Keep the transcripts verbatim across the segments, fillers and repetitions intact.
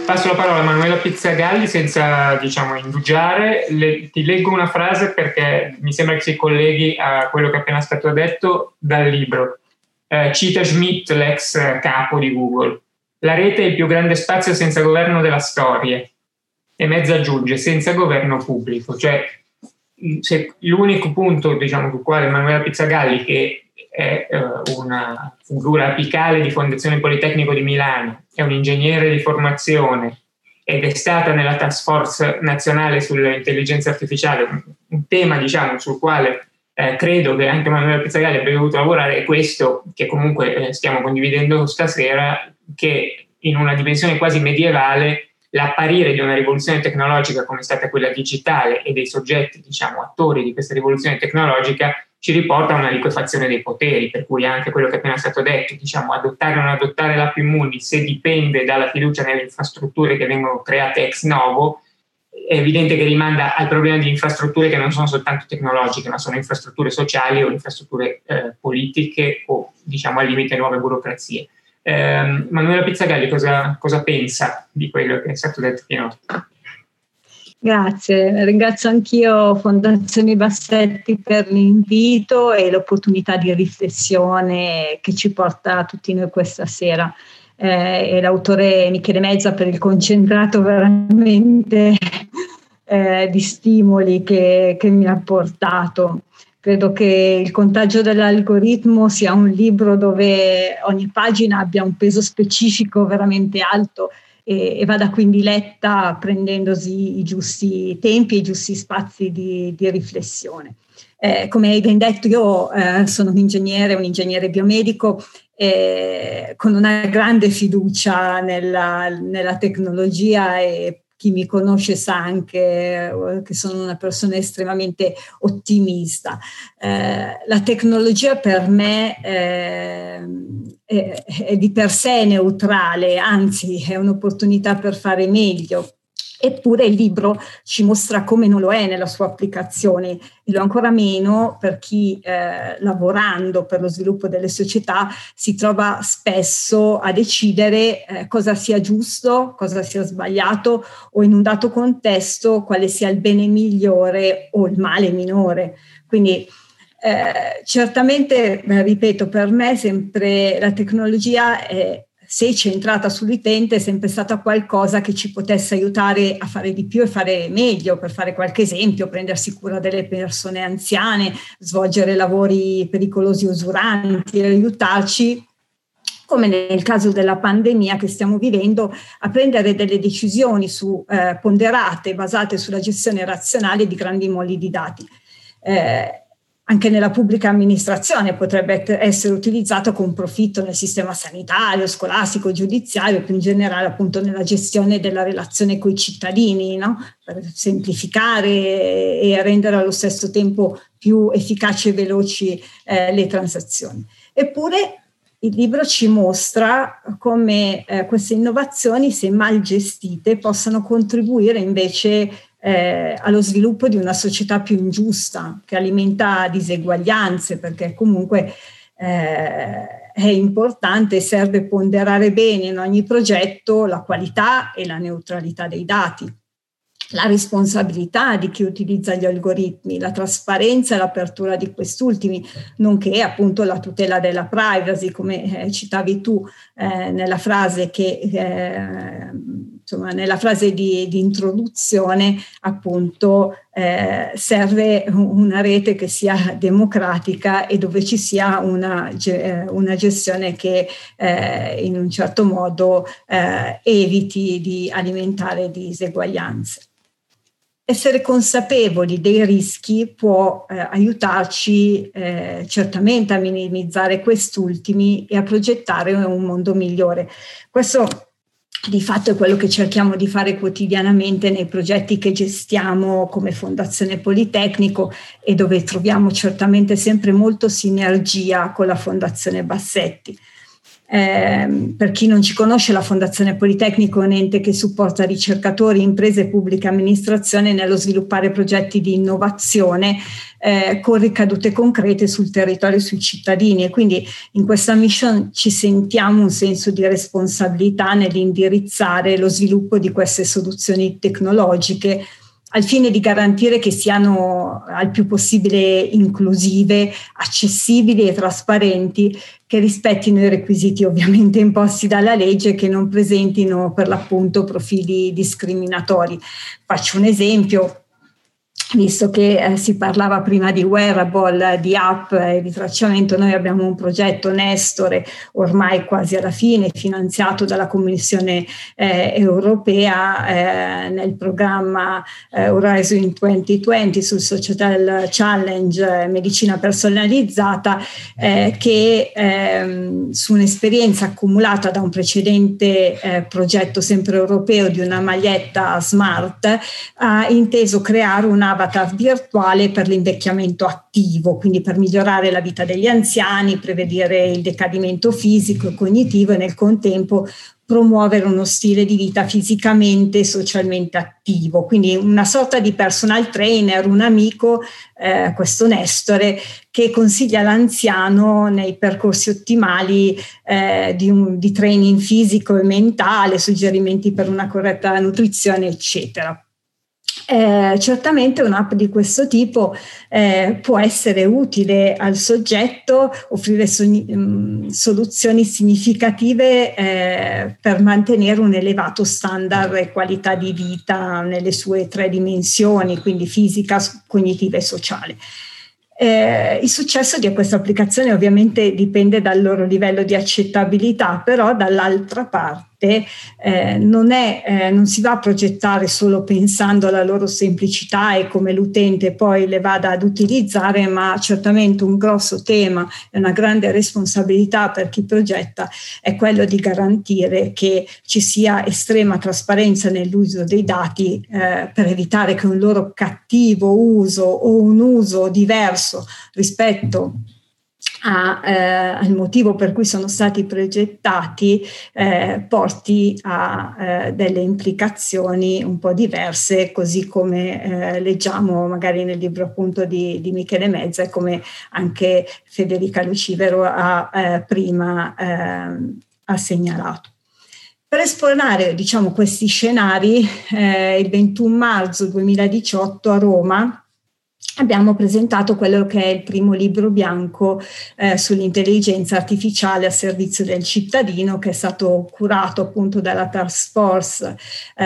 passo la parola a Manuela Pizzagalli senza, diciamo, indugiare. Le, ti leggo una frase perché mi sembra che si colleghi a quello che è appena stato detto dal libro. Eh, cita Schmidt, l'ex capo di Google. La rete è il più grande spazio senza governo della storia. E mezzo aggiunge, senza governo pubblico. Cioè, se l'unico punto, diciamo, sul quale Manuela Pizzagalli, che è uh, una figura apicale di Fondazione Politecnico di Milano, è un ingegnere di formazione ed è stata nella task force nazionale sull'intelligenza artificiale, un, un tema, diciamo, sul quale eh, credo che anche Manuela Pizzagalli abbia dovuto lavorare, è questo che comunque eh, stiamo condividendo stasera, che in una dimensione quasi medievale l'apparire di una rivoluzione tecnologica come è stata quella digitale e dei soggetti, diciamo, attori di questa rivoluzione tecnologica ci riporta a una liquefazione dei poteri, per cui anche quello che è appena stato detto, diciamo, adottare o non adottare l'app Immundi, se dipende dalla fiducia nelle infrastrutture che vengono create ex novo, è evidente che rimanda al problema di infrastrutture che non sono soltanto tecnologiche, ma sono infrastrutture sociali o infrastrutture eh, politiche o, diciamo, al limite nuove burocrazie. Eh, Manuela Pizzagalli cosa, cosa pensa di quello che è stato detto finora? Grazie, ringrazio anch'io Fondazione Bassetti per l'invito e l'opportunità di riflessione che ci porta a tutti noi questa sera. Eh, e l'autore Michele Mezza per il concentrato veramente eh, di stimoli che, che mi ha portato. Credo che Il contagio dell'algoritmo sia un libro dove ogni pagina abbia un peso specifico veramente alto e, e vada quindi letta prendendosi i giusti tempi e i giusti spazi di, di riflessione. Eh, come hai ben detto, io eh, sono un ingegnere, un ingegnere biomedico eh, con una grande fiducia nella, nella tecnologia, e chi mi conosce sa anche che sono una persona estremamente ottimista. Eh, la tecnologia per me eh, è, è di per sé neutrale, anzi è un'opportunità per fare meglio. Eppure il libro ci mostra come non lo è nella sua applicazione, e lo ancora meno per chi eh, lavorando per lo sviluppo delle società si trova spesso a decidere eh, cosa sia giusto, cosa sia sbagliato, o in un dato contesto quale sia il bene migliore o il male minore. Quindi eh, certamente, eh, ripeto, per me sempre la tecnologia è, se centrata sull'utente, è sempre stata qualcosa che ci potesse aiutare a fare di più e fare meglio. Per fare qualche esempio, prendersi cura delle persone anziane, svolgere lavori pericolosi o usuranti, aiutarci, come nel caso della pandemia che stiamo vivendo, a prendere delle decisioni su, eh, ponderate, basate sulla gestione razionale di grandi moli di dati. Eh, Anche nella pubblica amministrazione potrebbe essere utilizzato con profitto nel sistema sanitario, scolastico, giudiziario, più in generale appunto nella gestione della relazione con i cittadini, no? Per semplificare e rendere allo stesso tempo più efficaci e veloci eh, le transazioni. Eppure il libro ci mostra come eh, queste innovazioni, se mal gestite, possano contribuire invece Eh, allo sviluppo di una società più ingiusta, che alimenta diseguaglianze, perché comunque eh, è importante e serve ponderare bene in ogni progetto la qualità e la neutralità dei dati, la responsabilità di chi utilizza gli algoritmi, la trasparenza e l'apertura di quest'ultimi, nonché appunto la tutela della privacy, come eh, citavi tu eh, nella frase che eh, insomma nella frase di, di introduzione, appunto eh, serve una rete che sia democratica e dove ci sia una, una gestione che eh, in un certo modo eh, eviti di alimentare diseguaglianze. Essere consapevoli dei rischi può eh, aiutarci eh, certamente a minimizzare quest'ultimi e a progettare un mondo migliore. Questo di fatto è quello che cerchiamo di fare quotidianamente nei progetti che gestiamo come Fondazione Politecnico, e dove troviamo certamente sempre molto sinergia con la Fondazione Bassetti. Eh, per chi non ci conosce, la Fondazione Politecnico è un ente che supporta ricercatori, imprese e pubblica amministrazione nello sviluppare progetti di innovazione eh, con ricadute concrete sul territorio e sui cittadini, e quindi in questa mission ci sentiamo un senso di responsabilità nell'indirizzare lo sviluppo di queste soluzioni tecnologiche al fine di garantire che siano al più possibile inclusive, accessibili e trasparenti, che rispettino i requisiti ovviamente imposti dalla legge e che non presentino per l'appunto profili discriminatori. Faccio un esempio. Visto che eh, si parlava prima di wearable, di app e di tracciamento, noi abbiamo un progetto Nestore, ormai quasi alla fine, finanziato dalla Commissione eh, europea eh, nel programma eh, Horizon duemilaventi sul Social Challenge eh, Medicina Personalizzata, eh, che eh, su un'esperienza accumulata da un precedente eh, progetto sempre europeo di una maglietta smart, ha inteso creare una avatar virtuale per l'invecchiamento attivo, quindi per migliorare la vita degli anziani, prevedere il decadimento fisico e cognitivo e nel contempo promuovere uno stile di vita fisicamente e socialmente attivo. Quindi una sorta di personal trainer, un amico, eh, questo Nestore, che consiglia all'anziano nei percorsi ottimali eh, di, un, di training fisico e mentale, suggerimenti per una corretta nutrizione, eccetera. Eh, certamente un'app di questo tipo eh, può essere utile al soggetto, offrire sogni, mh, soluzioni significative eh, per mantenere un elevato standard e qualità di vita nelle sue tre dimensioni, quindi fisica, cognitiva e sociale. Eh, il successo di questa applicazione ovviamente dipende dal loro livello di accettabilità, però dall'altra parte eh, non, è, eh, non si va a progettare solo pensando alla loro semplicità e come l'utente poi le vada ad utilizzare, ma certamente un grosso tema e una grande responsabilità per chi progetta è quello di garantire che ci sia estrema trasparenza nell'uso dei dati eh, per evitare che un loro cattivo uso o un uso diverso rispetto a, eh, al motivo per cui sono stati progettati eh, porti a eh, delle implicazioni un po' diverse, così come eh, leggiamo magari nel libro appunto di, di Michele Mezza e come anche Federica Lucivero ha eh, prima eh, ha segnalato. Per esplorare diciamo, questi scenari, eh, il ventuno marzo duemiladiciotto a Roma abbiamo presentato quello che è il primo libro bianco eh, sull'intelligenza artificiale a servizio del cittadino, che è stato curato appunto dalla Task Force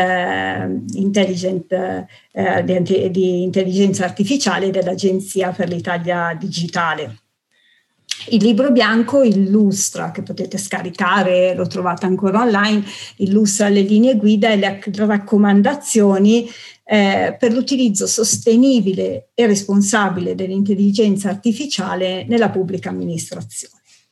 eh, Intelligent, eh, di, di intelligenza artificiale dell'Agenzia per l'Italia Digitale. Il libro bianco illustra, che potete scaricare, lo trovate ancora online, illustra le linee guida e le raccomandazioni eh, per l'utilizzo sostenibile e responsabile dell'intelligenza artificiale nella pubblica amministrazione.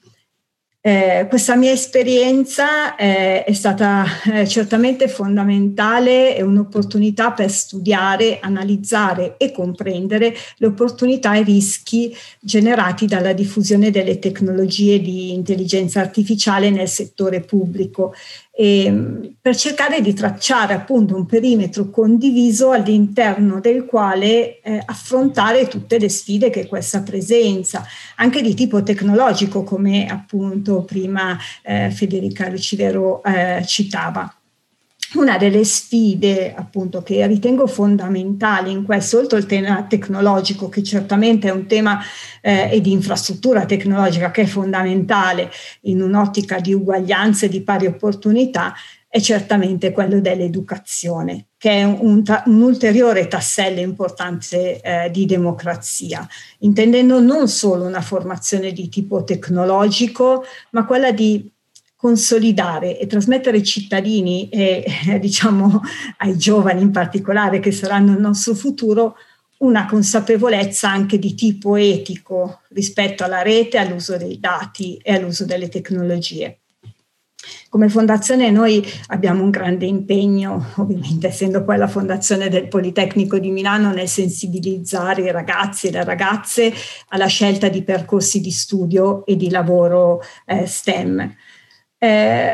Eh, questa mia esperienza eh, è stata eh, certamente fondamentale e un'opportunità per studiare, analizzare e comprendere le opportunità e i rischi generati dalla diffusione delle tecnologie di intelligenza artificiale nel settore pubblico, e, per cercare di tracciare appunto un perimetro condiviso all'interno del quale eh, affrontare tutte le sfide che questa presenza, anche di tipo tecnologico, come appunto prima eh, Federica Lucivero eh, citava. Una delle sfide appunto che ritengo fondamentali in questo, oltre al tema tecnologico, che certamente è un tema eh, e di infrastruttura tecnologica che è fondamentale in un'ottica di uguaglianza e di pari opportunità, è certamente quello dell'educazione, che è un, un, un ulteriore tassello importante eh, di democrazia, intendendo non solo una formazione di tipo tecnologico, ma quella di consolidare e trasmettere ai cittadini e eh, diciamo ai giovani in particolare, che saranno il nostro futuro, una consapevolezza anche di tipo etico rispetto alla rete, all'uso dei dati e all'uso delle tecnologie. Come fondazione noi abbiamo un grande impegno, ovviamente essendo poi la fondazione del Politecnico di Milano, nel sensibilizzare i ragazzi e le ragazze alla scelta di percorsi di studio e di lavoro eh, STEM. Eh,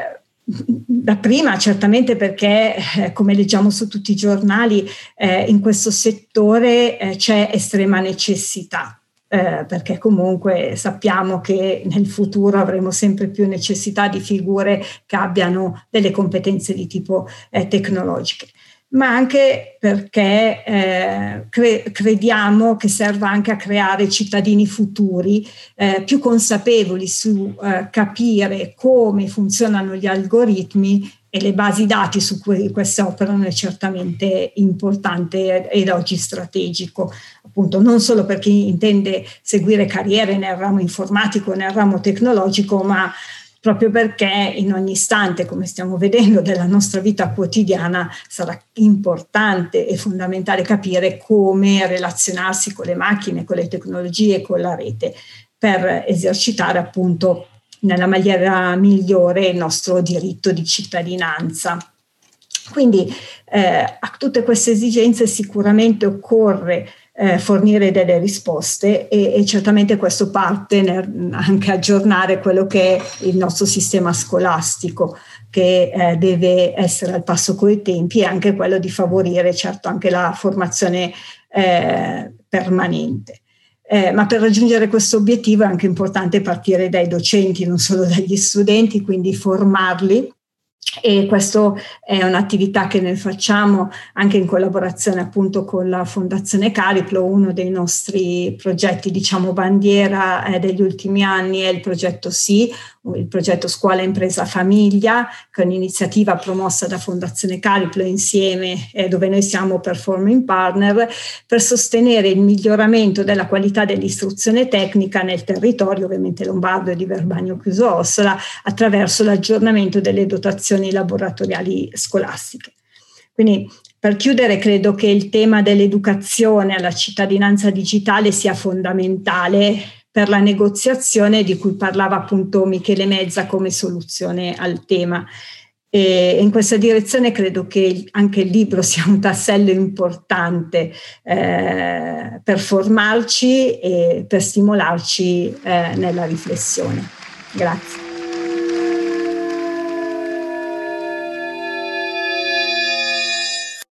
da prima certamente perché, eh, come leggiamo su tutti i giornali, eh, in questo settore eh, c'è estrema necessità. Eh, perché comunque sappiamo che nel futuro avremo sempre più necessità di figure che abbiano delle competenze di tipo eh, tecnologiche, ma anche perché eh, cre- crediamo che serva anche a creare cittadini futuri eh, più consapevoli su eh, capire come funzionano gli algoritmi, e le basi dati su cui queste operano è certamente importante ed oggi strategico, appunto non solo per chi intende seguire carriere nel ramo informatico, nel ramo tecnologico, ma proprio perché in ogni istante, come stiamo vedendo, della nostra vita quotidiana sarà importante e fondamentale capire come relazionarsi con le macchine, con le tecnologie, con la rete, per esercitare appunto nella maniera migliore il nostro diritto di cittadinanza. Quindi eh, a tutte queste esigenze sicuramente occorre eh, fornire delle risposte e, e certamente questo parte nel, anche aggiornare quello che è il nostro sistema scolastico, che eh, deve essere al passo coi tempi, e anche quello di favorire certo anche la formazione eh, permanente. Eh, ma per raggiungere questo obiettivo è anche importante partire dai docenti, non solo dagli studenti, quindi formarli, e questo è un'attività che noi facciamo anche in collaborazione appunto con la Fondazione Cariplo. Uno dei nostri progetti, diciamo bandiera eh, degli ultimi anni è il progetto SI, il progetto Scuola Impresa Famiglia, che è un'iniziativa promossa da Fondazione Cariplo insieme, eh, dove noi siamo performing partner, per sostenere il miglioramento della qualità dell'istruzione tecnica nel territorio, ovviamente lombardo e di Verbagno Chiuso Ossola, attraverso l'aggiornamento delle dotazioni laboratoriali scolastiche. Quindi, per chiudere, credo che il tema dell'educazione alla cittadinanza digitale sia fondamentale per la negoziazione di cui parlava appunto Michele Mezza come soluzione al tema. E in questa direzione credo che anche il libro sia un tassello importante eh, per formarci e per stimolarci eh, nella riflessione. Grazie.